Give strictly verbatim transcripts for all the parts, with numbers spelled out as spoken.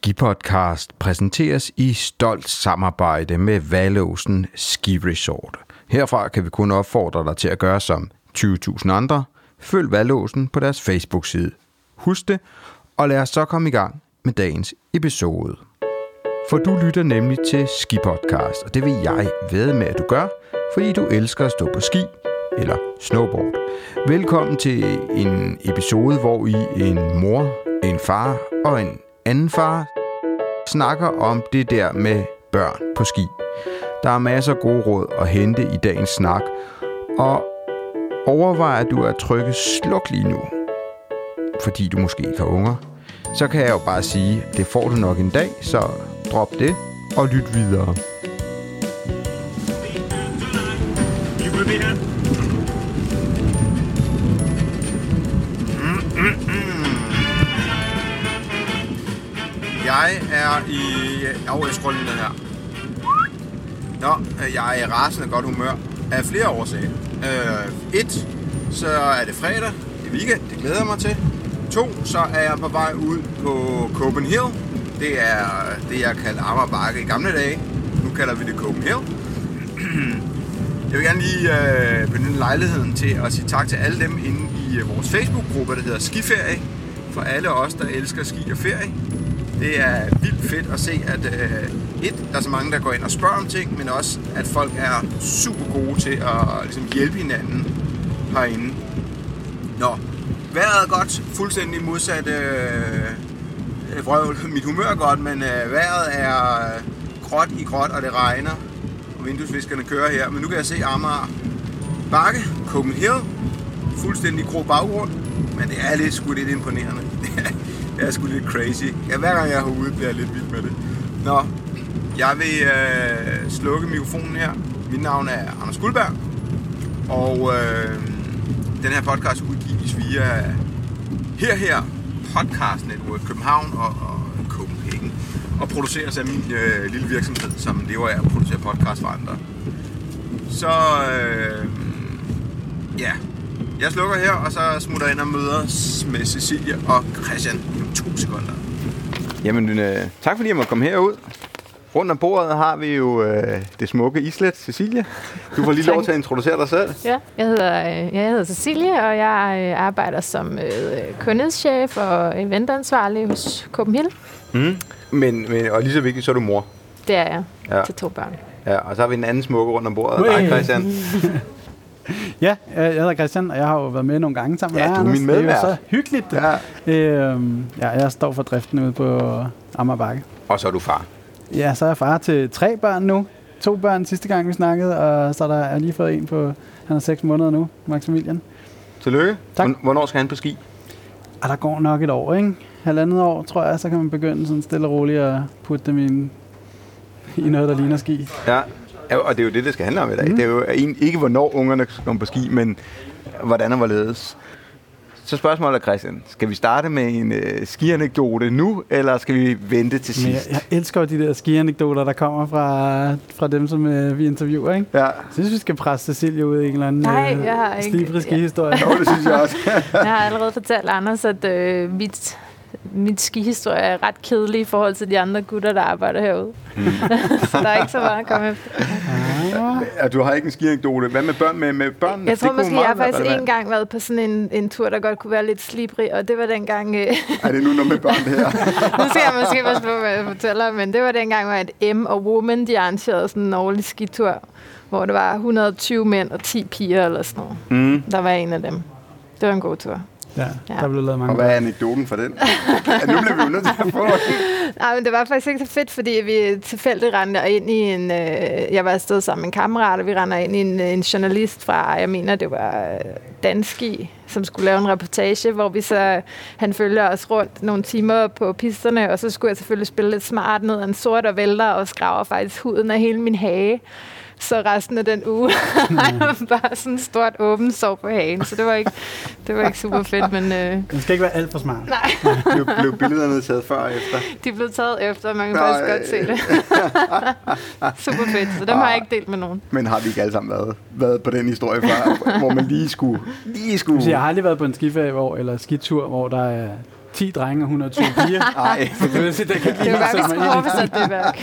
Skipodcast præsenteres i stolt samarbejde med Vallåsen Ski Resort. Herfra kan vi kun opfordre dig til at gøre som tyve tusind andre. Følg Vallåsen på deres Facebook-side. Husk det, og lad os så komme i gang med dagens episode. For du lytter nemlig til Skipodcast, og det vil jeg vædde med, at du gør, fordi du elsker at stå på ski eller snowboard. Velkommen til en episode, hvor I en mor, en far og en anden far snakker om det der med børn på ski. Der er masser af gode råd at hente i dagens snak, og overvejer du at trykke sluk lige nu, fordi du måske ikke har unger, så kan jeg jo bare sige, det får du nok en dag, så drop det og lyt videre. Jeg er i... Åh, jeg scroller lige ned her. Nå, jeg er i rasende godt humør af flere årsager. Øh, et, så er det fredag, det er weekend, det glæder jeg mig til. To, så er jeg på vej ud på Copenhagen. Det er det, jeg kalder Amager Bakke i gamle dage. Nu kalder vi det Copenhagen. Jeg vil gerne lige øh, benytte lejligheden til at sige tak til alle dem inde i øh, vores Facebook-gruppe, der hedder Skiferie. For alle os, der elsker ski og ferie. Det er vildt fedt at se, at øh, et, der er så mange, der går ind og spørger om ting, men også, at folk er super gode til at ligesom, hjælpe hinanden herinde. Nå, vejret er godt, fuldstændig modsat øh, vrøvl. Mit humør er godt, men øh, vejret er gråt i gråt, og det regner, og vinduesviskerne kører her. Men nu kan jeg se Amager Bakke, Copenhagen, fuldstændig grå baggrund, men det er lidt sgu lidt imponerende. Det er sgu lidt crazy. Ja, hver gang jeg er herude, bliver jeg lidt vild med det. Nå, jeg vil øh, slukke mikrofonen her. Mit navn er Anders Guldberg, og øh, den her podcast udgives via her her Podcast Network København og, og Copenhagen, og produceres af min øh, lille virksomhed, som lever af at producere podcast for andre. Så øh, ja, jeg slukker her, og så smutter jeg ind og møder med Cecilie og Christian i to sekunder. Jamen, øh, tak fordi jeg måtte komme herud. Rundt om bordet har vi jo øh, det smukke islet, Cecilie. Du får lige lov til at introducere dig selv. Ja, jeg hedder, jeg hedder Cecilie, og jeg arbejder som øh, kundeschef og eventansvarlig hos Copenhagen. Mm. Men, men, og lige så vigtigt, så er du mor. Det er jeg, ja. Til to børn. Ja, og så har vi en anden smukke rundt om bordet. Nej, Christian. Ja, jeg hedder Christian, og jeg har jo været med nogle gange sammen med ja, dig, du er min medvært. Det er jo så hyggeligt. Ja. Øhm, ja, jeg står for driften ude på Amager Bakke. Og så er du far. Ja, så er jeg far til tre børn nu. To børn sidste gang, vi snakkede, og så er der er lige fået en på, han er seks måneder nu, Maximilian. Tillykke. Tak. Hvornår skal han på ski? Og der går nok et år, ikke? Halvandet år, tror jeg, så kan man begynde sådan stille og roligt at putte dem i, en, i noget, der ligner ski. Ja. Ja, og det er jo det, det skal handle om i dag. Mm. Det er jo ikke, hvornår ungerne kommer på ski, men hvordan og hvorledes. Så spørgsmålet er, Christian, skal vi starte med en øh, skianekdote nu, eller skal vi vente til sidst? Jeg, jeg elsker de der skianekdoter, der kommer fra, fra dem, som øh, vi interviewer, ikke? Ja. Jeg synes, vi skal presse Cecilie ud i en eller anden Nej, jeg har øh, slibrig skihistorie. Ja. Jo, det synes jeg også. Jeg har allerede fortalt Anders, at øh, mit... Mit skihistorie er ret kedelig i forhold til de andre gutter, der arbejder herude. Mm. Så der er ikke så meget at komme efter. Ja, du har ikke en skianekdote. Hvad med børn? Med, med børn? Jeg tror måske, jeg har faktisk en gang været på sådan en, en tur, der godt kunne være lidt slibrig, og det var dengang... Øh... Er det nu noget med børn, det her? Nu skal jeg måske passe på, hvad jeg fortæller, men det var dengang, hvor et M og Woman, de arrangerede sådan en årlig skitur, hvor det var et hundrede og tyve mænd og ti piger eller sådan noget. Mm. Der var en af dem. Det var en god tur. Ja, ja, der blev lavet mange. Og hvad er anekdoten for den? Ja, nu bliver vi jo nødt til at få. Nej, men det var faktisk ikke så fedt, fordi vi tilfældigt rendte ind i en... Øh, jeg var afsted sammen med en kammerat, og vi rendte ind i en, en journalist fra, jeg mener, det var Danski, som skulle lave en reportage, hvor vi så, han følger os rundt nogle timer på pisterne, og så skulle jeg selvfølgelig spille lidt smart ned af en sort og vælter, og skraver faktisk huden af hele min hage. Så resten af den uge har jeg bare sådan stort åbent sår på hagen, så det var ikke, det var ikke super fedt, men... Øh... Den skal ikke være alt for smart. Nej. blev, blev billederne taget før og efter? De blev taget efter, man kan faktisk godt se det. Super fedt, så dem har jeg ikke delt med nogen. Men har vi ikke alle sammen været, været på den historie før, hvor man lige skulle... Lige skulle... Jeg har aldrig været på en skiferie, hvor, eller skitur, hvor der er ti drenge og hundrede og tyve piger. Nej. Det vil sige, det kan Det var bare, vi skulle oversætte det værk.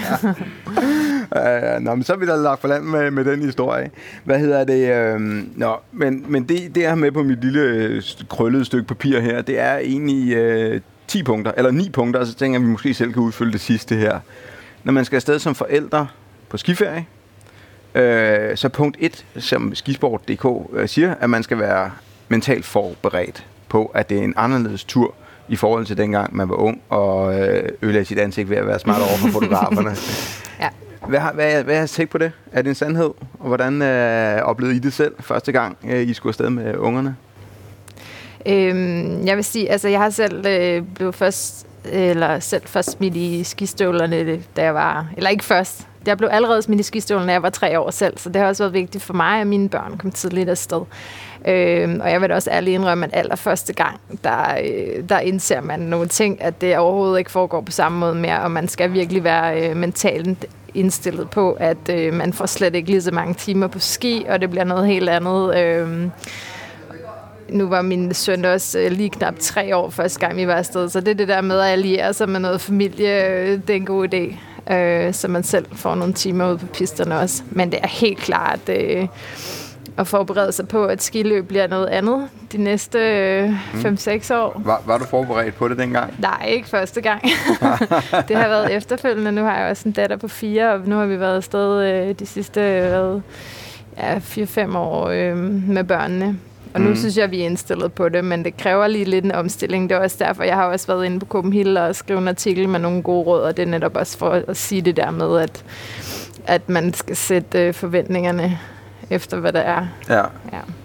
Uh, nå, men så er vi da lagt for land med, med den historie. Hvad hedder det? Uh, nå, men, men det, det er med på mit lille uh, krøllede stykke papir her. Det er egentlig uh, ti punkter, eller ni punkter, og så tænker jeg, at vi måske selv kan udfylde det sidste her. Når man skal afsted som forældre på skiferie, uh, så punkt et, som skisport punktum d k uh, siger, at man skal være mentalt forberedt på, at det er en anderledes tur i forhold til dengang man var ung og øh, ødelagde sit ansigt ved at være smart over for fotograferne. Ja. Hvad har, hvad, hvad har I tænkt på det? Er det en sandhed? Og hvordan øh, oplevede I det selv første gang, øh, I skulle afsted med ungerne? Øhm, jeg vil sige, altså jeg har selv øh, blevet først, eller selv først smidt i skistøvlerne, da jeg var, eller ikke først. Jeg blev allerede smidt i skistøvlerne, da jeg var tre år selv, så det har også været vigtigt for mig, at mine børn kom tidligt afsted. Øhm, og jeg vil da også ærligt indrømme, at allerførste gang, der, øh, der indser man nogle ting, at det overhovedet ikke foregår på samme måde mere, og man skal virkelig være øh, mentalt indstillet på, at øh, man får slet ikke lige så mange timer på ski, og det bliver noget helt andet. Øh, nu var min søn også øh, lige knap tre år første gang, vi var afsted, så det er det der med at alliere sig med noget familie, øh, det er en god idé, øh, så man selv får nogle timer ude på pisterne også. Men det er helt klart øh, at forberede sig på, at skiløb bliver noget andet de næste øh, fem seks år. Var, var du forberedt på det dengang? Nej, ikke første gang. Det har været efterfølgende. Nu har jeg også en datter på fire, og nu har vi været afsted øh, de sidste øh, ja, fire fem år øh, med børnene. Og nu mm. synes jeg, vi er indstillet på det, men det kræver lige lidt en omstilling. Det er også derfor, jeg har også været inde på Copenhagen og skrevet en artikel med nogle gode råd, og det er netop også for at sige det der med, at, at man skal sætte øh, forventningerne efter, hvad det er. Ja. Ja.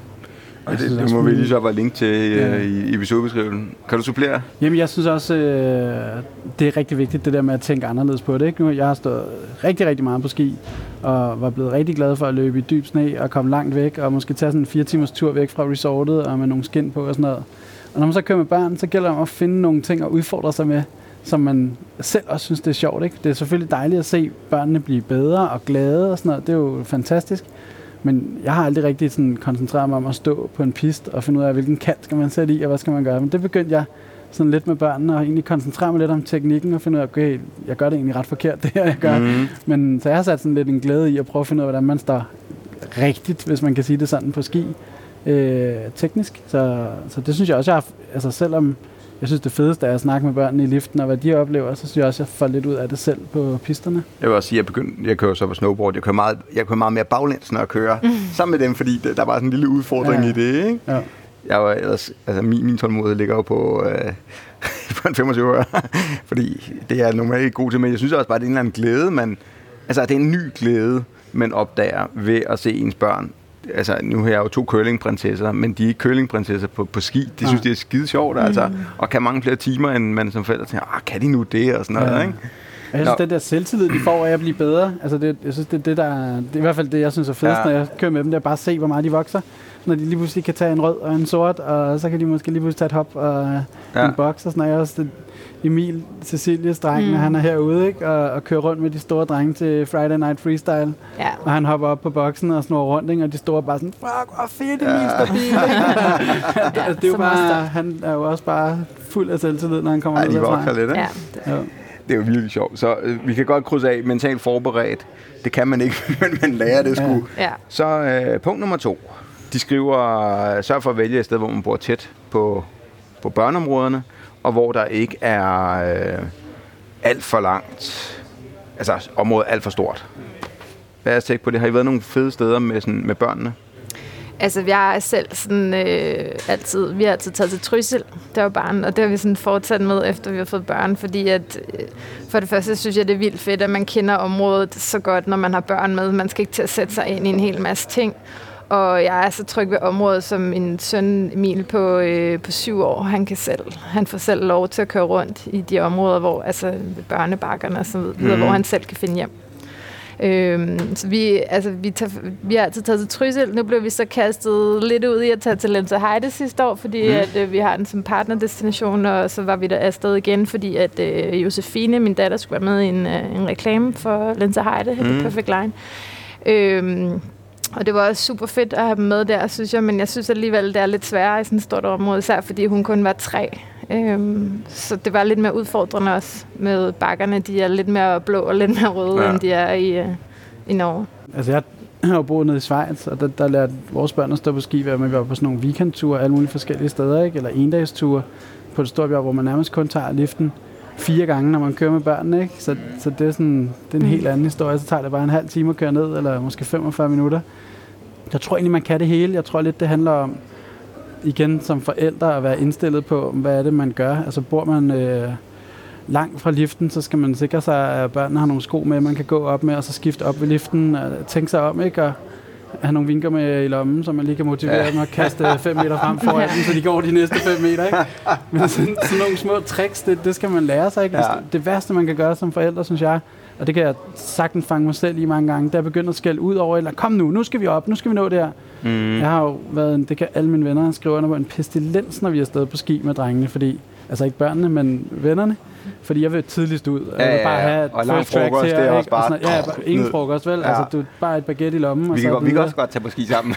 Og det, det må vi lige så bare link til ja. i episodebeskrivelsen. Kan du supplere? Jamen, jeg synes også, øh, det er rigtig vigtigt, det der med at tænke anderledes på det. Ikke? Nu, jeg har stået rigtig, rigtig meget på ski, og var blevet rigtig glad for at løbe i dyb sne, og komme langt væk, og måske tage sådan en fire timers tur væk fra resortet, og med nogle skin på og sådan noget. Og når man så kører med børn, så gælder det om at finde nogle ting at udfordre sig med, som man selv også synes, det er sjovt. Ikke? Det er selvfølgelig dejligt at se børnene blive bedre og glade og sådan noget. Det er jo fantastisk. Men jeg har aldrig rigtig sådan koncentreret mig om at stå på en pist og finde ud af, hvilken kant skal man sætte i, og hvad skal man gøre. Men det begyndte jeg sådan lidt med børnene, og egentlig koncentrere mig lidt om teknikken, og finde ud af, okay, jeg gør det egentlig ret forkert, det her, jeg gør. Mm. Men så jeg har sat sådan lidt en glæde i at prøve at finde ud af, hvordan man står rigtigt, hvis man kan sige det sådan, på ski, øh, teknisk. Så, så det synes jeg også, jeg har, altså selvom jeg synes, det fedeste er at snakke med børnene i liften, og hvad de oplever, så synes jeg også, jeg får lidt ud af det selv på pisterne. Jeg vil også sige, at jeg, begyndte, jeg kører så på snowboard. Jeg kører meget, jeg kører meget mere baglæns, når jeg kører mm. sammen med dem, fordi det, der var sådan en lille udfordring ja. i det, ikke? Ja. Jeg var ellers, altså min, min tålmodighed ligger jo på, øh, på en femogtyve øre, fordi det er normalt ikke god til, men jeg synes også bare, at det er en eller anden glæde, man, altså det er en ny glæde, man opdager ved at se ens børn. Altså, nu har jeg jo to curlingprinsesser, men de er ikke curlingprinsesser på, på ski. De synes, ja. det er skide sjovt, altså. Mm. Og kan mange flere timer, end man som forældre tænker, ah, kan de nu det, og sådan noget, ja. ikke? Jeg synes, det der selvtillid, de får af at blive bedre, altså det, jeg synes, det, det, der, det er i hvert fald det, jeg synes er fedest, ja. når jeg kører med dem, det er bare at se, hvor meget de vokser. Når de lige pludselig kan tage en rød og en sort, og så kan de måske lige pludselig tage et hop og ja. en boks, og sådan noget. Jeg også det, Emil Cecilies drengen, mm. han er herude, ikke? Og, og kører rundt med de store drenge til Friday Night Freestyle. Ja. Og han hopper op på boksen og snor rundt, ikke? Og de store bare sådan, fuck, hvor fedt, Emil, ja. stabil. ja, det er jo bare, han er jo også bare fuld af selvtillid, når han kommer ja, ud de derfra. vokser lidt, ikke? Ja, det. Ja. Det er jo virkelig sjovt. Så øh, vi kan godt krydse af mentalt forberedt. Det kan man ikke, men man lærer det sgu. Ja. Så øh, punkt nummer to. De skriver, sørg for at vælge et sted, hvor man bor tæt på, på børneområderne, og hvor der ikke er øh, alt for langt, altså området alt for stort. Hvad er jeg tænkt på det? Har I været nogle fede steder med, sådan, med børnene? Altså, vi har selv sådan, øh, altid, vi har altid taget til Trysil, der var barn, og det har vi sådan fortsat med, efter vi har fået børn, fordi at, øh, for det første synes jeg, det er vildt fedt, at man kender området så godt, når man har børn med. Man skal ikke til at sætte sig ind i en hel masse ting. Og jeg er så tryg ved området, som min søn Emil på, øh, på syv år, han kan selv. Han får selv lov til at køre rundt i de områder, hvor, altså ved børnebakkerne og så videre, mm. hvor han selv kan finde hjem. Øhm, så vi, altså, vi, tager, vi har altid taget til Trysil. Nu blev vi så kastet lidt ud i at tage til Lenzerheide sidste år, fordi mm. at, øh, vi har den som partnerdestination, og så var vi der afsted igen, fordi at øh, Josefine, min datter, skulle være med i en, øh, en reklame for Lenzerheide, mm. The Perfect Line. Øhm, Og det var også super fedt at have dem med der, synes jeg, men jeg synes alligevel, det er lidt sværere i sådan et stort område, især fordi hun kun var tre. Øhm, så det var lidt mere udfordrende også med bakkerne. De er lidt mere blå og lidt mere røde, ja. end de er i, uh, i Norge. Altså jeg har jo boet nede i Schweiz, og der, der lærte vores børn at stå på ski, hvor vi var på sådan nogle weekendture alle mulige forskellige steder, ikke? Eller endagsture på det store bjerg, hvor man nærmest kun tager liften fire gange, når man kører med børnene, ikke? Så, så det er sådan, det er en helt anden historie. Så tager det bare en halv time at køre ned, eller måske femogfyrre minutter. Jeg tror egentlig, man kan det hele. Jeg tror lidt, det handler om, igen som forældre, at være indstillet på, hvad er det, man gør. Altså bor man øh, langt fra liften, så skal man sikre sig, at børnene har nogle sko med, man kan gå op med, og så skifte op ved liften, og tænke sig om, ikke? Og have nogle vinker med i lommen, så man lige kan motivere ja. dem at kaste fem meter frem foran dem, så de går de næste fem meter, ikke? Men sådan, sådan nogle små tricks, det, det skal man lære sig, ikke? Ja. Det værste, man kan gøre som forældre, synes jeg, og det kan jeg sagtens fange mig selv i mange gange, der er begyndt at skælde ud over, eller kom nu, nu skal vi op, nu skal vi nå det her. Mm. Jeg har jo været, en, det kan alle mine venner skrive under på, en pestilens, når vi er afsted på ski med drengene, fordi, altså ikke børnene, men vennerne, fordi jeg vil tidligst ud, og ja, jeg vil bare ja, ja. have og first tracks her, det er også bare, sådan, ja, bare ingen frokost, vel? Ja. Altså, du bare et baguette i lommen. Vi, og så kan, godt, vi kan også godt tage på ski sammen.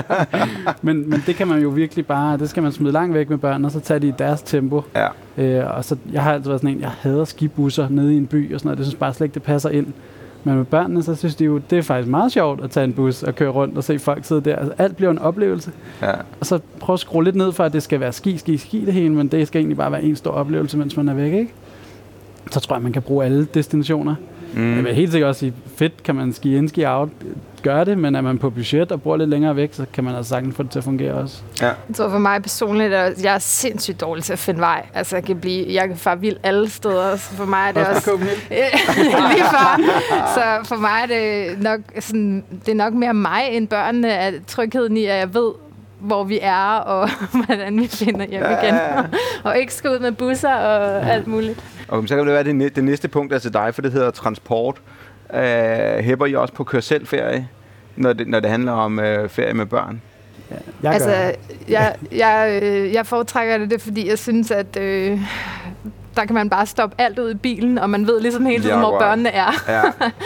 men, men det kan man jo virkelig bare, det skal man smide langt væk med børn, og så tage de i deres tempo. Ja. Øh, og så, jeg har altid været sådan en, jeg hader skibusser nede i en by og sådan noget, det synes bare slet ikke, det passer ind. Men med børnene, så synes de jo, det er faktisk meget sjovt at tage en bus og køre rundt og se folk sidde der. Altså, alt bliver en oplevelse. Ja. Og så prøv at skrue lidt ned for, at det skal være ski, ski, ski det hele, men det skal egentlig bare være en stor oplevelse, mens man er væk, ikke? Så tror jeg, man kan bruge alle destinationer. Mm. Jeg vil helt sikkert også sige, fedt kan man ski in, ski out, gøre det, men er man på budget og bor lidt længere væk, så kan man altså sagtens få det til at fungere også. Ja. Jeg tror for mig personligt, at jeg er sindssygt dårlig til at finde vej. Altså jeg kan blive, jeg kan fare vild alle steder, så for mig er det også... også lige før. Så for mig er det nok, sådan, det er nok mere mig end børnene, at trygheden i, at jeg ved, hvor vi er, og hvordan vi finder hjem igen. Ja. Og ikke skal ud med busser og ja. alt muligt. Og så kan det være, det, det næste punkt er til dig, for det hedder transport. Uh, hæpper I også på køre selv ferie, når det, når det handler om uh, ferie med børn? Ja, jeg altså, jeg, jeg, jeg foretrækker det, det, fordi jeg synes, at øh, der kan man bare stoppe alt ud i bilen, og man ved ligesom hele tiden, hvor børnene er. Ja.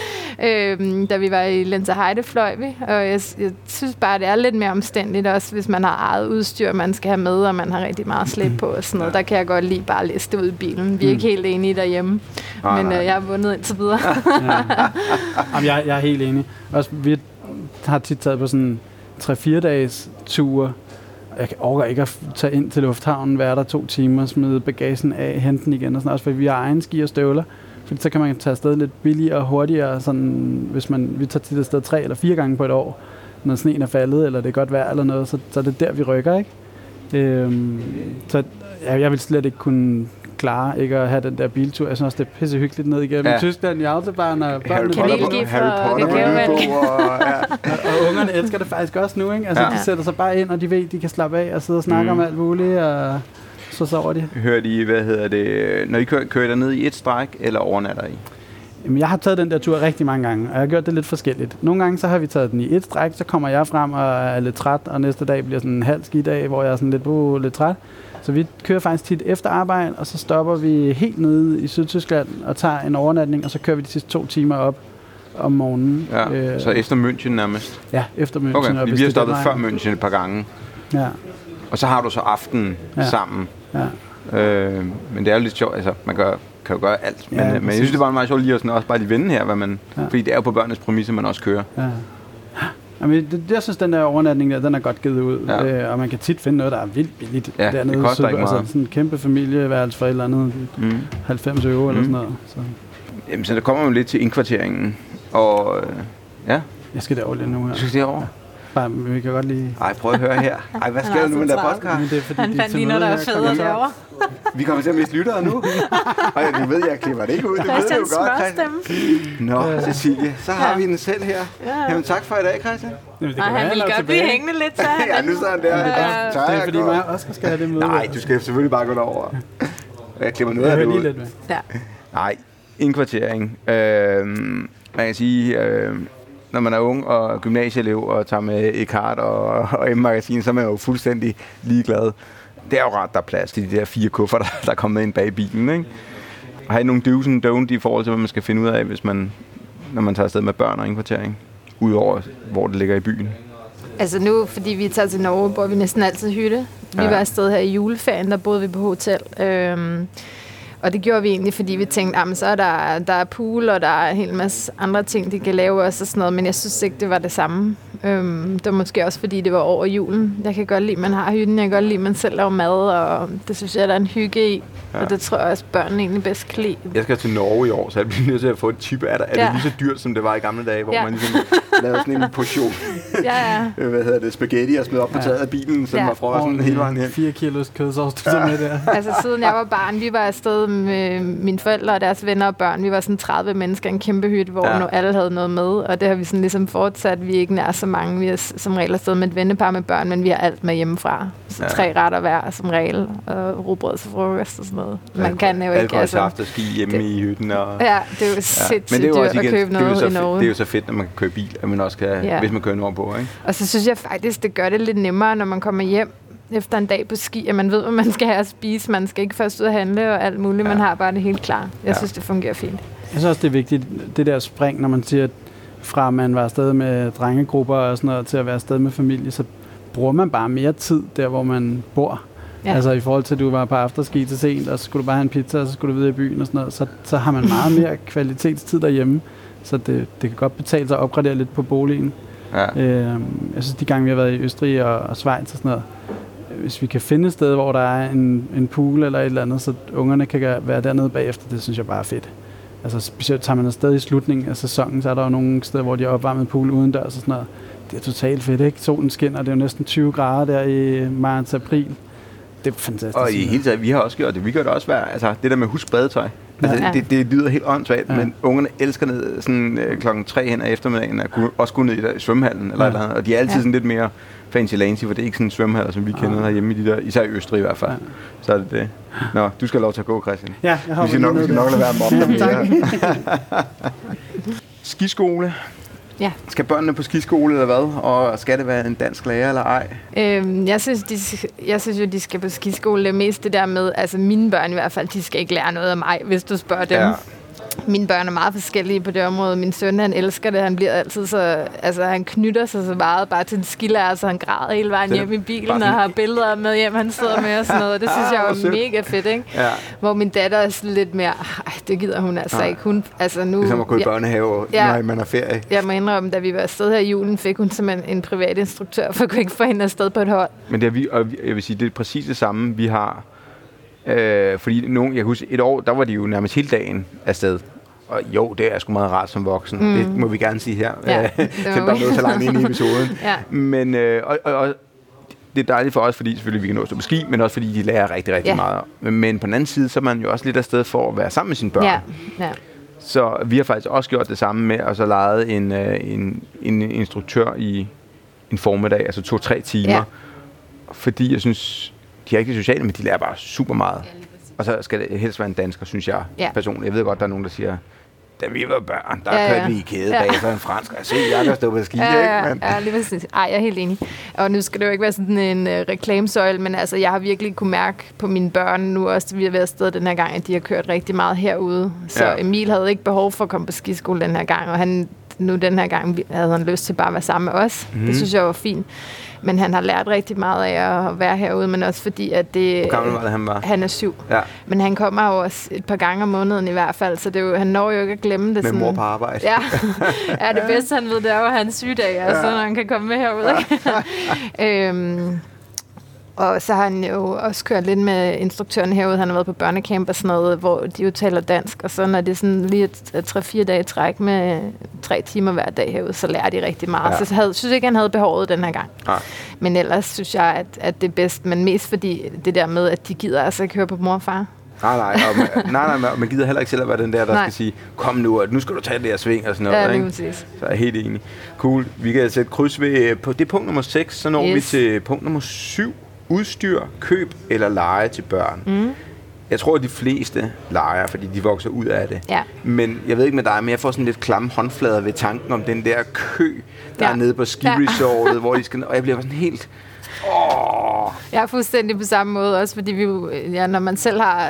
øhm, da vi var i Lenzerheide, fløj vi, og jeg, jeg synes bare, det er lidt mere omstændigt også, hvis man har eget udstyr, man skal have med, og man har rigtig meget slæb på og sådan noget. Der kan jeg godt lide bare at læse det ud i bilen. Vi er ikke helt enige derhjemme, ah, men øh, jeg har vundet indtil videre. ja. Jamen, jeg, jeg er helt enig. Også, vi har tit taget på sådan tre-fire dages ture. Jeg orker ikke at tage ind til lufthavnen, være der to timer, smide bagagen af, hente den igen og sådan også, fordi vi har egen ski og støvler. Fordi så kan man tage afsted lidt billigere og hurtigere, sådan, hvis man, vi tager til det sted tre eller fire gange på et år, når sneen er faldet, eller det er godt vejr eller noget, så, så er det der, vi rykker, ikke? Øhm, så jeg, jeg vil slet ikke kunne klare ikke at have den der biltur. Jeg synes også, det er pisse hyggeligt ned igennem ja. Tyskland i Autobahn, og børnene og, ja. og ungerne elsker det faktisk også nu, ikke? Altså, ja. de sætter sig bare ind, og de ved, de kan slappe af og sidde og snakke mm. om alt muligt, og så sover de. Hører de, hvad hedder det, når I kører, kører der ned i et stræk, eller overnatter I? Jamen, jeg har taget den der tur rigtig mange gange, og jeg har gjort det lidt forskelligt. Nogle gange så har vi taget den i et stræk, så kommer jeg frem og er lidt træt, og næste dag bliver sådan en halv skidag, hvor jeg er sådan lidt, uh, lidt træt. Så vi kører faktisk tit efter arbejde, og så stopper vi helt nede i Sydtyskland og tager en overnatning, og så kører vi de sidste to timer op om morgenen. Ja, øh, så efter München nærmest? Ja, efter München. Okay, vi har stoppet før München et par gange. Ja. Og så har du så aftenen ja. sammen. Ja. Øh, men det er jo lidt sjovt, altså man gør, kan jo gøre alt. Men, ja, men jeg synes, det var meget sjovt lige at sådan også bare lige vende her, hvad man, ja. fordi det er jo på børnenes præmisser, man også kører. Ja. Jamen, det, jeg synes, den der overnatning der, den er godt givet ud, ja. øh, og man kan tit finde noget, der er vildt billigt. Ja, dernede, det koster ikke meget. Altså, sådan en kæmpe familieværelse for et eller andet, mm. halvfems euro mm. eller sådan noget. Så. Jamen, så der kommer man lidt til indkvarteringen, og øh, ja. Jeg skal derover lidt nu her. Du skal derover? Bare, vi kan godt lige... Ej, prøv at høre her. Ej, hvad sker der nu med den der podcast? Han fandt lige noget, der er federe derovre. Vi kommer til at miste lyttere nu. Og du ved, jeg klipper det ikke ud. Det ved du jo godt. Nå, Cecilie, så har vi den selv her. Jamen, tak for i dag, Christian. Jamen, det kan Nej, han ville godt blive hængende lidt, så ja, nu sådan der. Det er, det er fordi mig og Oscar skal have det med. Nej, du skal selvfølgelig bare gå derover. Jeg klipper noget af det ud. Lidt med. Ja. Nej, indkvartering. Øh, man kan sige... Øh, når man er ung og gymnasieelev og tager med e-kart og, og M-magasin, så er man jo fuldstændig ligeglad. Det er jo ret, der er plads til de der fire kufferter, der er kommet ind bag i bilen, ikke? Har I nogle do's and don'ts i forhold til, hvad man skal finde ud af, hvis man, når man tager afsted med børn og indkvartering? Udover, hvor det ligger i byen? Altså nu, fordi vi tager til Norge, bor vi næsten altid hytte. Vi Ja. var afsted her i juleferien, der boede vi på hotel. Øhm, og det gjorde vi egentlig, fordi vi tænkte, at så er der, der er pool, og der er en hel masse andre ting, de kan lave også og sådan noget. Men jeg synes ikke, det var det samme. Øhm, det var måske også, fordi det var over julen. Jeg kan godt lide, at man har hytten. Jeg kan godt lide, at man selv laver mad, og det synes jeg, der er en hygge i. Ja. Og det tror jeg også, børnene egentlig bedst kan lide. Jeg skal til Norge i år, så jeg bliver nødt til at få et tip af dig. Er Ja. det lige så dyrt, som det var i gamle dage, hvor Ja. man ligesom lavede sådan en portion Ja, ja. hvad hedder det, spaghetti og smed op på taget af bilen, så Ja. man får sådan hele vejen hen. Fire kilos kødsovs, du tager med der. Altså siden jeg var barn, vi var afsted med mine forældre og deres venner og børn. Vi var sådan tredive mennesker, en kæmpe hytte, hvor Ja. ja. alle havde noget med. Og det har vi sådan ligesom fortsat. Vi er ikke nær så mange. Vi er s- som regel afsted med et vennepar med børn, men vi har alt med hjemmefra. Så Ja. tre retter hver som regel. Og rugbrød til frokost og sådan noget. Man kan jo ikke... Alkoholsaft og ski hjemme det- i hytten. Og, Ja, det er jo sindssygt Men det er jo dyrt også at igen, købe det er jo noget så i fedt, Norge. det er jo så fedt, at man kan køre bil, at man også kan, Ja. hvis man kører nordpå, ikke? Og så synes jeg faktisk, det gør det lidt nemmere, når man kommer hjem efter en dag på ski, at man ved, hvad man skal have at spise. Man skal ikke først ud at handle og alt muligt. Ja. Man har bare det helt klar. Jeg Ja. synes, det fungerer fint. Jeg synes også, det er vigtigt, det der spring, når man siger, at fra at man var afsted med drengegrupper og sådan noget, til at være afsted med familie, så bruger man bare mere tid der, hvor man bor. Ja. Ja. Altså i forhold til, at du var på afterski til sent, og så skulle du bare have en pizza, og så skulle du videre i byen og sådan noget, så, så har man meget mere kvalitetstid derhjemme. Så det, det kan godt betale sig at opgradere lidt på boligen. Ja. Øh, jeg synes, de gange vi har været i Østrig og, og Schweiz og sådan noget, hvis vi kan finde et sted, hvor der er en, en pool eller et eller andet, så ungerne kan være dernede bagefter, det synes jeg bare er fedt. Altså specielt tager man afsted i slutningen af sæsonen, så er der jo nogle steder, hvor de har opvarmet pool udendørs og sådan noget. Det er totalt fedt, ikke? Solen skinner, det er jo næsten tyve grader der i marts april. Det er fantastisk. Og i hele taget, vi har også gjort det. Vi gør det også værd. Altså, det der med husk badetøj. Altså, Ja. det, det lyder helt åndssvagt, Ja. men ungerne elsker ned sådan øh, klokken tre hen ad eftermiddagen, at kunne, også gå ned i, der, i svømmehallen, eller, Ja. eller andet. Og de er altid Ja. sådan lidt mere fancy-lancy, for det er ikke sådan svømmehaller, som vi kender Ja. herhjemme i de der, især i Østrig i hvert fald. Ja. Så er det det. Nå, du skal have lov til at gå, Christian. Ja, jeg har Vi skal nok, vi skal nok lade være med at mobbe dig mere. Skiskole. Ja. Skal børnene på skiskole eller hvad? Og skal det være en dansk lærer eller ej? Øhm, jeg, synes, de, jeg synes jo, de skal på skiskole. Det er mest det der med, altså mine børn i hvert fald, de skal ikke lære noget af mig, hvis du spørger dem. Ja. Mine børn er meget forskellige på det område. Min søn, han elsker det. Han bliver altid så... Altså, han knytter sig så meget bare til en skilærer, så han græder hele vejen Det er hjem i bare bilen og sådan- har billeder med hjem, han sidder med og sådan noget. Det synes jeg hvor var sødt. mega fedt, ikke? Ja. Hvor min datter er sådan lidt mere... Ej, det gider hun altså Nej. ikke. Hun, altså nu, Ligesom at gå i jeg, børnehave, Ja. når man er ferie. jeg må indrømme, da vi var afsted her i julen, fik hun simpelthen en privat instruktør, for at kunne ikke få hende afsted på et hold. Men det er vi, og vi- jeg vil sige, det er præcis det samme, vi har. Øh, fordi nogen, jeg kan huske, et år, der var de jo nærmest hele dagen afsted. Og jo, det er sgu meget rart som voksen. Mm. Det må vi gerne sige her. Ja, Ja, det Selvom må der er vi. noget så langt ind i episoden. Ja. Men, øh, og, og, og det er dejligt for os, fordi selvfølgelig vi kan nå at stå på ski, men også fordi de lærer rigtig, rigtig Ja. meget. Men på den anden side, så er man jo også lidt afsted for at være sammen med sine børn. Ja, ja. Så vi har faktisk også gjort det samme med at så lejet en, øh, en, en instruktør i en formiddag, altså to-tre timer. Ja. Fordi jeg synes, de er ikke sociale, men de lærer bare super meget. Og så skal det helst være en dansker, synes jeg Ja. personligt. Jeg ved godt, der er nogen, der siger, da vi var børn, der Ja, kørte ja. vi i kæde Ja. bag for en fransk. Og se, jeg kan stå på ski, Ja, ikke? ja, Men, ja, lige præcis. Ej, jeg er helt enig. Og nu skal det jo ikke være sådan en uh, reklamesøjle, men altså, jeg har virkelig kunne mærke på mine børn nu også, vi har været afsted den her gang, at de har kørt rigtig meget herude. Så Ja. Emil havde ikke behov for at komme på skiskole den her gang, og han, nu den her gang havde han lyst til bare at være sammen med os. Mhm. Mm. Det synes jeg var fint. Men han har lært rigtig meget af at være herude, men også fordi, at det... hvor gammel var det, han var? Han er syv. Ja, Men han kommer jo også et par gange om måneden i hvert fald, så det er jo, han når jo ikke at glemme det. med mor på arbejde. Ja, ja, det bedste han ved, det er jo hans sygedag, altså, når han kan komme med herud. Ikke? øhm, og så har han jo også kørt lidt med instruktøren herude. Han har været på børnecamp og sådan noget, hvor de jo taler dansk. Og så når det er sådan lige et, et tre-fire dage træk med tre timer hver dag herude, så lærer de rigtig meget. Ja. Ja. Så jeg havde, synes ikke, han havde behovet den her gang. Nej. Men ellers synes jeg, at, at det er bedst. Men mest fordi det der med, at de gider altså ikke høre på mor og far. Nej, nej, og man, nej, nej, man- man gider heller ikke selv at være den der, der Nej. skal sige, kom nu, og nu skal du tage det her sving og sådan noget. Ja, lige ikke? præcis. Så er jeg helt enig. Cool. Vi kan sætte kryds ved, på det er punkt nummer seks, så når yes. vi Yes. til punkt nummer syv. Udstyr, køb eller leje til børn. Mm. Jeg tror, at de fleste leger, fordi de vokser ud af det. Ja. Men jeg ved ikke med dig, men jeg får sådan lidt klamme håndflader ved tanken om den der kø, der Ja. er nede på ski Ja. resortet, hvor de skal... Og jeg bliver sådan helt... Åh, Jeg er fuldstændig på samme måde, også fordi vi jo, ja, når man selv har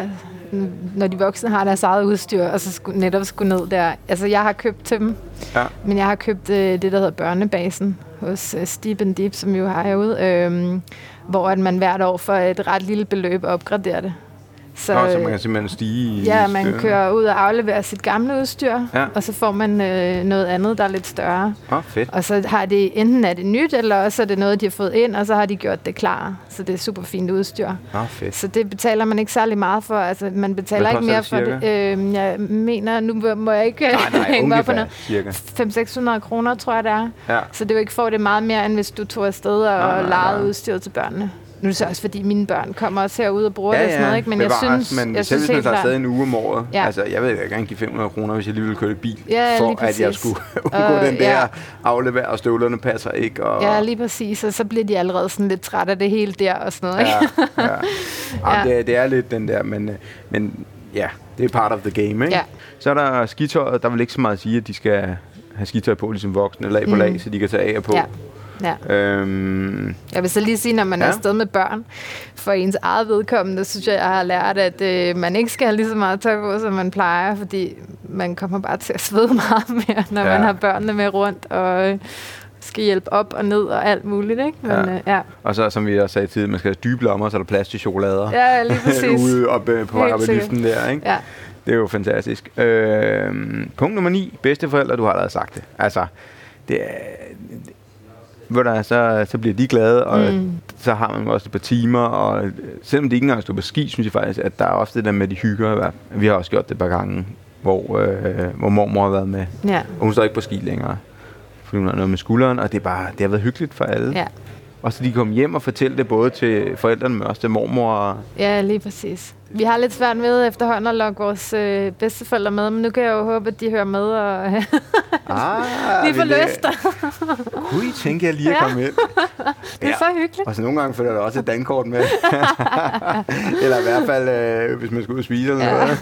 når de voksne har deres eget udstyr, og så skulle, netop skulle ned der. Altså, jeg har købt til dem, ja. men jeg har købt øh, det, der hedder Børnebasen hos øh, Steep and Deep, som vi jo har herude, øh, hvor at man hvert år for et ret lille beløb opgraderer det. Så, Nå, så man kan simpelthen stige i Ja, man styr. kører ud og afleverer sit gamle udstyr, ja. og så får man øh, noget andet, der er lidt større. Oh, fedt. Og så har det enten er det nyt, eller også er det noget, de har fået ind, og så har de gjort det klar. Så det er super fint udstyr. Oh, fedt. Så det betaler man ikke særlig meget for. Altså, man betaler ikke mere for det. Øh, jeg mener, nu må jeg ikke hænge mig på noget. fem til seks hundrede kroner, tror jeg, det er. Ja. Så det er jo ikke for det meget mere, end hvis du tog afsted og nej, lejede udstyret til børnene. Nu er det så også, fordi mine børn kommer også herude og bruger ja, det og sådan noget, ikke? Men bevares, jeg synes, men jeg selv synes hvis man tager afsted klart. en uge om året, ja. altså jeg ved, jeg gerne give fem hundrede kroner, hvis jeg lige ville køre i bil, ja, for at jeg skulle undgå uh, den der ja. aflevere, og støvlerne passer ikke. Og ja, lige præcis, og så bliver de allerede sådan lidt trætte af det hele der og sådan noget, ikke? Ja, ja. ja. Det, det er lidt den der, men, men ja, det er part of the game, ikke? Ja. Så er der skitøjet, der vil ikke så meget sige, at de skal have skitøj på, ligesom voksne, lag på mm. lag, så de kan tage af og på. Ja. Ja. Øhm, jeg vil så lige sige, når man ja. er afsted med børn, for ens eget vedkommende, synes jeg, jeg har lært, at øh, man ikke skal have lige så meget tøj på, som man plejer, fordi man kommer bare til at svede meget mere, når ja. man har børnene med rundt, og øh, skal hjælpe op og ned og alt muligt, ikke? Men, ja. Øh, ja. Og så, som vi også sagde tidligere, man skal have dybe lommer, så er der plads til chokolader. Ja, lige præcis. Ude op, øh, på vej op i liften der, ikke? Ja. Det er jo fantastisk. Øh, punkt nummer ni. Bedsteforældre, du har allerede sagt det. Altså, det er... Hvor der, så, så bliver de glade, og mm. så har man også et par timer, og selvom det ikke engang står på ski, synes jeg faktisk, at der er ofte det der med de hygger. Vi har også gjort det et par gange, hvor, øh, hvor mormor har været med, ja. og hun står ikke på ski længere, fordi hun har noget med skulderen, og det, er bare, det har været hyggeligt for alle. Ja. Og så de kommer hjem og fortæller det både til forældrene, men også til mormor. Og ja, lige præcis. Vi har lidt svært med efterhånden at lokke vores øh, bedsteforældre med, men nu kan jeg jo håbe, at de hører med og ah, lige får lyst. Kunne I tænke jer lige at komme ind? Det er ja. så hyggeligt. Og så nogle gange følger der også et dankort med. Eller i hvert fald, øh, hvis man skal ud og spise eller ja. noget.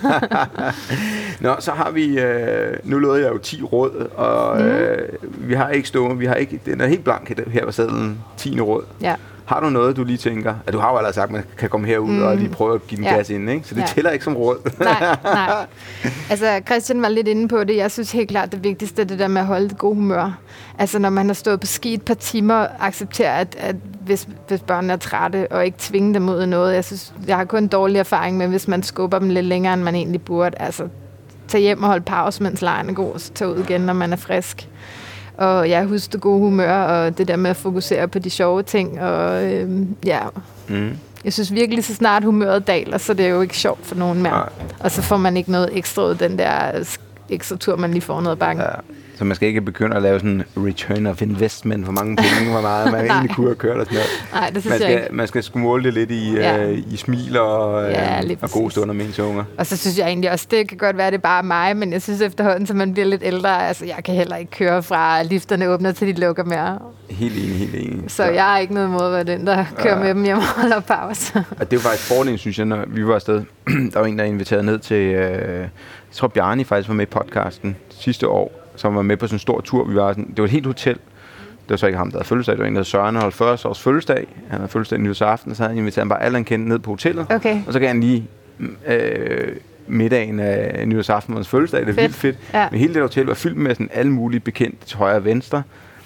Nå, så har vi, øh, nu lovede jeg jo ti råd, og øh, mm. vi har ikke stående, vi har ikke, den er helt blank her på sedlen, tiende råd. Ja. Har du noget, du lige tænker? At du har jo allerede sagt, at man kan komme herud mm. og lige prøve at give den ja. gas ind, ikke? Så det ja. tæller ikke som råd. Nej, nej. Altså, Christian var lidt inde på det. Jeg synes helt klart, det vigtigste er det der med at holde det gode humør. Altså, når man har stået på ski et par timer, acceptere, at, at hvis, hvis børnene er trætte, og ikke tvinge dem ud af noget. Jeg synes, jeg har kun en dårlig erfaring med, hvis man skubber dem lidt længere, end man egentlig burde. Altså, tage hjem og holde pause, mens lejren er god, og så tage ud igen, når man er frisk. Og jeg husker det gode humør, og det der med at fokusere på de sjove ting, og øhm, ja, mm. jeg synes virkelig, så snart humøret daler, så det er jo ikke sjovt for nogen mere. Nej. Og så får man ikke noget ekstra ud den der ekstra tur, man lige får noget bakken. Ja. Så man skal ikke begynde at lave sådan en return of investment for mange penge, hvor meget man egentlig kunne have kørt og sådan noget. Nej, det synes man skal, jeg ikke. Man skal sgu måle det lidt i, ja. øh, i smil og, ja, øh, og gode stunder med ens unger. Og så synes jeg egentlig også, det kan godt være, det er bare mig, men jeg synes efterhånden, så man bliver lidt ældre, altså jeg kan heller ikke køre fra lifterne åbner til de lukker mere. Helt enig, helt enig. Så ja. jeg har ikke noget mod at være den, der kører ja. med dem hjem og holder pause. Og det var faktisk fordelen, synes jeg, når vi var afsted. Der var en, der inviterede ned til, øh, jeg tror Bjarni faktisk var med i podcasten sidste år, som var med på sådan en stor tur. Vi var sådan, det var et helt hotel. Det var så ikke ham, der havde fødselsdag. Det var en, der havde Søren, der holdt fyrre års fødselsdag. Han havde fødselsdag nytårsaften, og så havde han inviteret bare alle, han kendte ned på hotellet. Okay. Og så gav han lige øh, middagen af nytårsaften og hans fødselsdag. Det er fedt. Vildt fedt. Ja. Men hele det hotel var fyldt med sådan alle mulige bekendte til højre og venstre.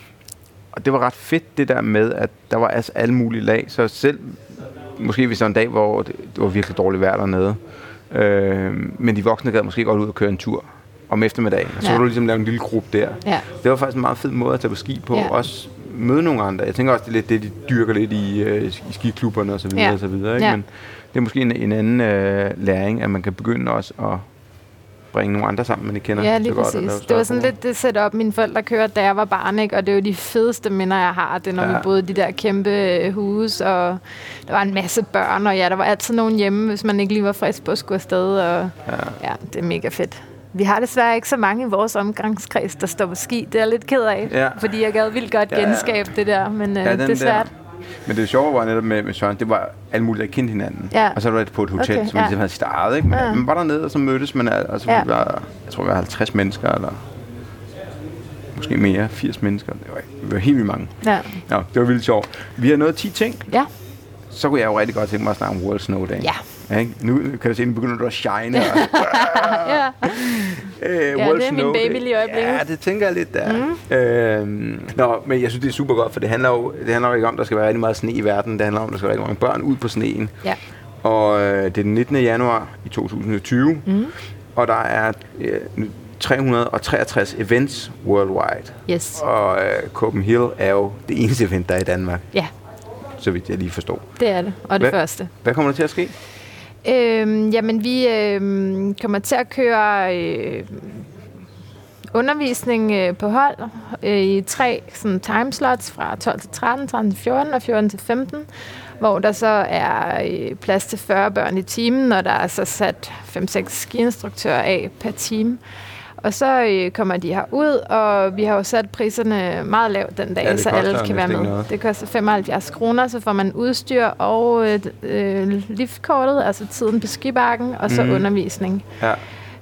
Og det var ret fedt, det der med, at der var altså alle mulige lag. Så selv, måske hvis der var en dag, hvor det, det var virkelig dårligt vejr dernede. Øh, men de voksne gad måske godt ud og køre en tur om eftermiddagen, og så ja. var du ligesom lave en lille gruppe der. Ja. Det var faktisk en meget fed måde at tage på ski på, ja. også møde nogle andre. Jeg tænker også, det er lidt det, de dyrker lidt i, øh, i skiklubberne og så videre, ja. og så videre, ikke? Ja. Men det er måske en, en anden øh, læring, at man kan begynde også at bringe nogle andre sammen, man ikke kender. Ja, lige præcis. Godt, det var sådan lidt det setup, mine forældre kørte, da jeg var barn, ikke? Og det er jo de fedeste minder, jeg har. Det er, når ja. vi boede i de der kæmpe hus, og der var en masse børn, og ja, der var altid nogen hjemme, hvis man ikke lige var frisk på at skulle afsted, og ja, ja det er mega fedt. Vi har desværre ikke så mange i vores omgangskreds, der står på ski. Det er jeg lidt ked af, ja. fordi jeg gad vildt godt genskabe ja. det der, men ja, øh, det er svært. Der. Men det sjove var netop med, med Søren, det var alle mulige, der kendte hinanden. Ja. Og så var det på et hotel, okay, som man ja. havde startet, ikke? Men ja. man var dernede, og så mødtes man, altså ja. vi var, jeg tror vi var halvtreds mennesker, eller måske mere, firs mennesker. Det var, det var helt vildt mange. Ja. Ja, det var vildt sjovt. Vi har nået ti ting. Ja. Så kunne jeg jo rigtig godt tænke mig at snakke om World Snow Day. Ja. Ja, ikke? Nu kan du se, nu begynder du at shine. Og, ja, øh, ja det er min baby lige i øjeblikket. Ja, det tænker jeg lidt der. Mm. Øhm, nå, men jeg synes, det er super godt, for det handler jo, det handler jo ikke om, at der skal være rigtig meget sne i verden. Det handler om, at der skal være rigtig mange børn ud på sneen. Ja. Og øh, det er den nittende januar i to tusind og tyve, mm. og der er øh, tre hundrede og treogtres events worldwide. Yes. Og øh, Copenhagen er jo det eneste event, der er i Danmark. Ja. Så vidt jeg lige forstår. Det er det, og det hvad, første. Hvad kommer der til at ske? Øhm, jamen, vi øhm, kommer til at køre øh, undervisning øh, på hold øh, i tre sådan, timeslots fra tolv til tretten, tretten til fjorten og fjorten til femten, hvor der så er øh, plads til fyrre børn i timen, og der er så sat fem seks skiinstruktører af per time. Og så øh, kommer de her ud, og vi har jo sat priserne meget lavt den dag, ja, så alle kan være med. Noget. Det koster femoghalvfjerds kroner, så får man udstyr og øh, liftkortet, altså tiden på skibakken, og så mm. undervisning. Ja.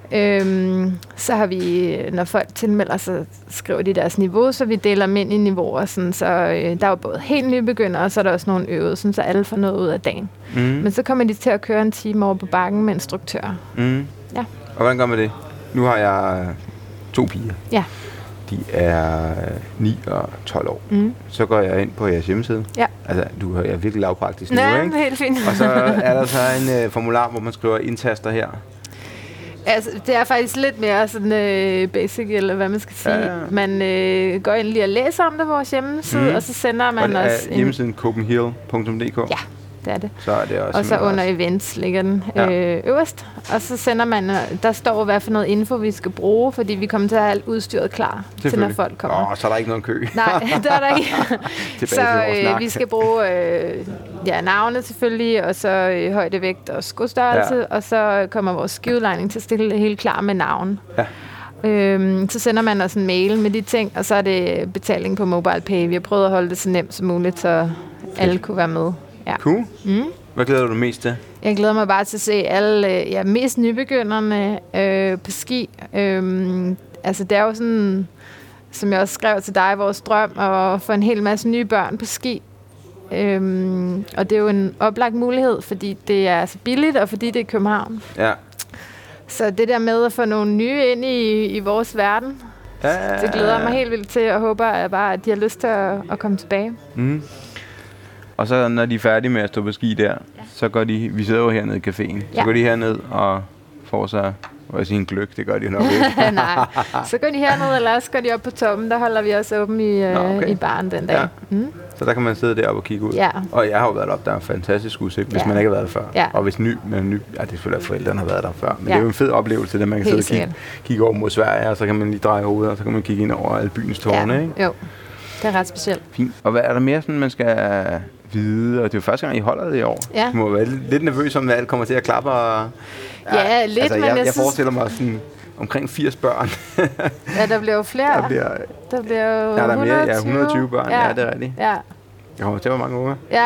Øhm, så har vi, når folk tilmelder, så skriver de deres niveau, så vi deler dem ind i niveauer. Sådan, så øh, der er jo både helt nybegyndere, og så er der også nogle øvede, sådan, så alle får noget ud af dagen. Mm. Men så kommer de til at køre en time over på bakken med instruktører. Mm. Ja. Og hvordan gør man det? Nu har jeg to piger. Ja. De er ni og tolv år. Mm. Så går jeg ind på jeres hjemmeside. Ja. Altså, du er virkelig lavpraktisk nu, Nej, ikke? helt fint. Og så er der så en uh, formular, hvor man skriver indtaster her. Altså, det er faktisk lidt mere sådan uh, basic, eller hvad man skal sige. Ja, ja. Man uh, går ind lige og læser om det på vores hjemmeside, mm. og så sender man og os en... hjemmesiden copenhagen punktum d k? Ja. Det er det. Så er det også og så under også. Events ligger den ja. øh, øverst. Og så sender man, der står hvad for noget info, vi skal bruge, fordi vi kommer til at have alt udstyret klar, til når folk kommer. Åh, oh, så er der ikke nogen kø. Nej, det er der ikke. Så øh, vi skal bruge øh, ja, navne selvfølgelig, og så øh, højde, vægt og skostørrelse, ja. Og så kommer vores skiudlejning til at stille det helt klar med navn. Ja. Øhm, så sender man os en mail med de ting, og så er det betaling på MobilePay. Vi har prøvet at holde det så nemt som muligt, så alle kunne være med. Ja. Cool. Mm. Hvad glæder du mest til? Jeg glæder mig bare til at se alle, ja, mest nybegynderne øh, på ski. Øhm, altså det er jo sådan, som jeg også skrev til dig, vores drøm at få en hel masse nye børn på ski. Øhm, og det er jo en oplagt mulighed, fordi det er så billigt, og fordi det er København. Ja. Så det der med at få nogle nye ind i, i vores verden, ja, det glæder jeg mig helt vildt til, og håber at bare, at de har lyst til at, at komme tilbage. Mm. Og så når de er færdige med at stå på ski der, ja. Så går de, vi sidder jo hernede i caféen, ja. Så går de herned og får sig, hvad jeg sige, en gløgg, det gør de nok ikke. Nej, så går de herned, eller så går de op på toppen, der holder vi også åben i, Nå, okay. i baren den dag. Ja. Mm. Så der kan man sidde deroppe og kigge ud. Ja. Og jeg har jo været op, der er en fantastisk udsigt, hvis ja. Man ikke har været der før. Ja. Og hvis ny, men ny, ja, det er selvfølgelig, at forældrene har været der før. Men ja. Det er jo en fed oplevelse, at man kan Helt sidde og kigge, kigge over mod Sverige, og så kan man lige dreje hovedet, og så kan man kigge ind over alle byens tårne, ja. Ikke? Jo, det er ret specielt. Fint. Og hvad er der mere, sådan, man skal vide? Og det er jo første gang, I holder det i år. Ja. Du må være lidt nervøs om, at alt kommer til at klappe. Og, ja, ja, lidt, altså, men jeg, jeg, jeg forestiller mig sådan omkring firs børn. Ja, der bliver jo flere. Der bliver, der bliver jo ja, der er mere, ja, hundrede og tyve børn. Ja, ja det er rigtigt. Ja. Jeg kommer til at være mange unger. Ja.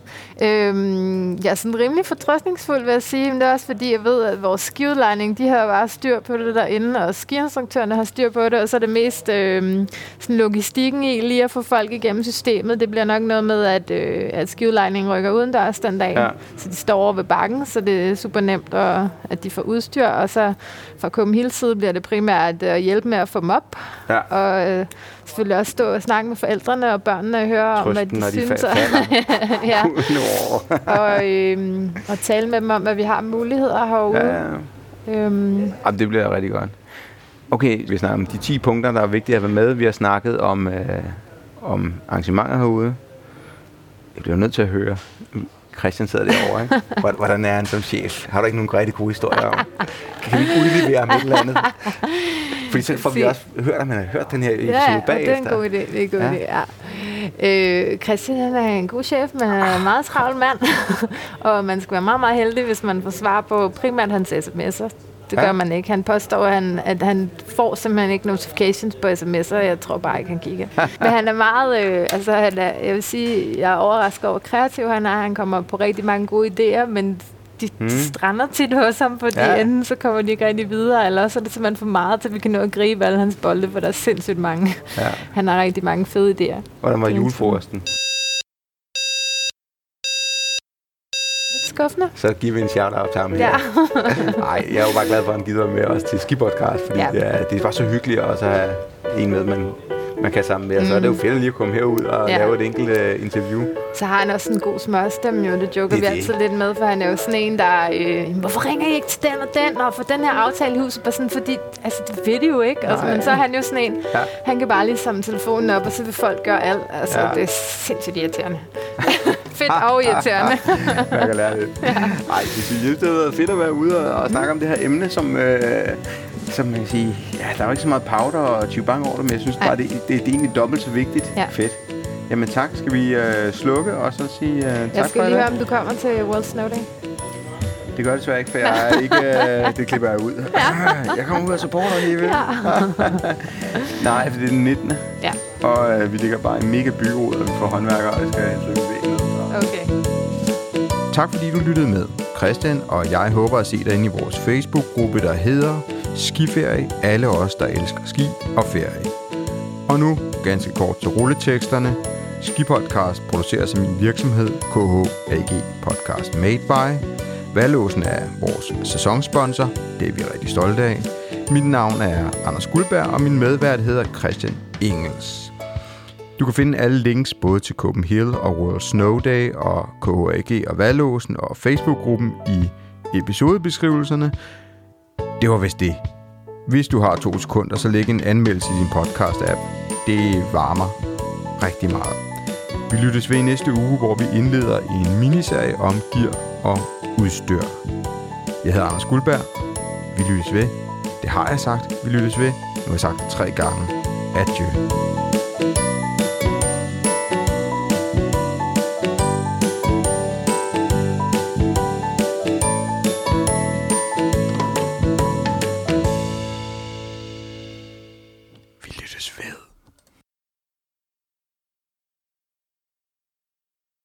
Øhm, jeg er sådan rimelig fortrøstningsfuld, vil jeg sige, men det er også fordi, jeg ved, at vores skiudlejning, de har bare styr på det derinde, og skiinstruktørerne har styr på det, og så er det mest øhm, sådan logistikken i lige at få folk igennem systemet. Det bliver nok noget med, at, øh, at skiudlejningen rykker udendørs den dag, ja. Så de står over ved bakken, så det er super nemt, og, at de får udstyr, og så fra Copenhagen side bliver det primært at hjælpe med at få dem op, ja. Og øh, selvfølgelig også stå og snakke med forældrene og børnene og høre Trøsten, om, hvad de, de synes. Fa- ja. og, øhm, og tale med dem om, hvad vi har muligheder herude. Ja, ja. Øhm. Jamen, det bliver rigtig godt. Okay, vi snakker om de ti punkter, der er vigtige at være med. Vi har snakket om, øh, om arrangementer herude. Jeg bliver nødt til at høre. Christian sidder derovre, ikke? Hvordan er han som chef? Har du ikke nogen rigtig gode historier om? Kan vi ikke udlevere ham et eller andet? Fordi så får vi også hørt, at man har hørt den her episode ja, bagefter. Ja, det er en god idé. Det er en god ja. idé, ja. Øh, Christian han er en god chef, men er en meget travl mand. Og man skal være meget, meget heldig, hvis man får svar på primært hans sms'er. Det gør ja. man ikke. Han påstår, at han, at han får simpelthen ikke notifications på sms'er. Jeg tror bare ikke, han kigger. Men han er meget... Øh, altså, han er, jeg vil sige, jeg er overrasket over kreativ. Han er. Han kommer på rigtig mange gode idéer, men de mm. strander tit hos ham, fordi ja. enten så kommer de ikke rigtig videre, eller så er det simpelthen for meget, til vi kan nå at gribe alle hans bolde, for der er sindssygt mange. Ja. Han har rigtig mange fede idéer. Hvordan var julefrokosten? skuffende. Så giver vi en shout-out til ham her. Ja. Nej, jeg er jo bare glad for, at han gider med os til Skipodcast, fordi Ja. det, er, det er bare så hyggeligt også at have en med, man, man kan sammen med. Mm. Så er det jo fedt at lige at komme herud og Ja. lave et enkelt uh, interview. Så har han også en god smørstemme, jo. Det joker Det vi er det. altid lidt med, for han er jo sådan en, der... Øh, hvorfor ringer I ikke til den og den, og for den her aftale i huset? Bare sådan, fordi... Altså, det ved de jo ikke. Altså, men så er han jo sådan en... Ja. Han kan bare lige samle telefonen op, og så vil folk gøre alt. Altså, Ja. det er sindssygt irriterende. Fedt og irriterende. Jeg kan lære det. Ja. Ej, det synes det har været fedt at være ude og, og snakke om det her emne, som... Øh, som man kan sige, ja, der er jo ikke så meget powder og chibang over det, men jeg synes bare, det, det, det er egentlig dobbelt så vigtigt. Ja. Fedt. Jamen tak, skal vi øh, slukke og så sige øh, tak Jeg for skal i lige dag? høre, om du kommer til World Snow Day. Det gør det desværre ikke, for jeg er ikke, øh, det klipper jeg ud. Ja. Jeg kommer ud og supporter alligevel. Ja. Nej, for det er den nittende Ja. Og øh, vi ligger bare i en mega byrod, og vi får håndværkere, og det skal jeg bevæge ned. Okay. Tak fordi du lyttede med. Christian og jeg håber at se dig inde i vores Facebook-gruppe, der hedder Skiferie. Alle os, der elsker ski og ferie. Og nu ganske kort til rulleteksterne. Skipodcast produceres af min virksomhed K H A G Podcast Made by. Valåsen er vores sæsonsponsor. Det er vi rigtig stolte af. Mit navn er Anders Guldberg, og min medvært hedder Christian Engels. Du kan finde alle links både til Copenhagen og World Snow Day og K H A G og Valåsen og Facebook-gruppen i episodebeskrivelserne. Det var vist det. Hvis du har to sekunder, så læg en anmeldelse i din podcast-app. Det varmer rigtig meget. Vi lyttes ved i næste uge, hvor vi indleder i en miniserie om gear og udstyr. Jeg hedder Anders Guldberg. Vi lyttes ved. Det har jeg sagt. Vi lyttes ved. Nu har jeg sagt det tre gange. Adieu.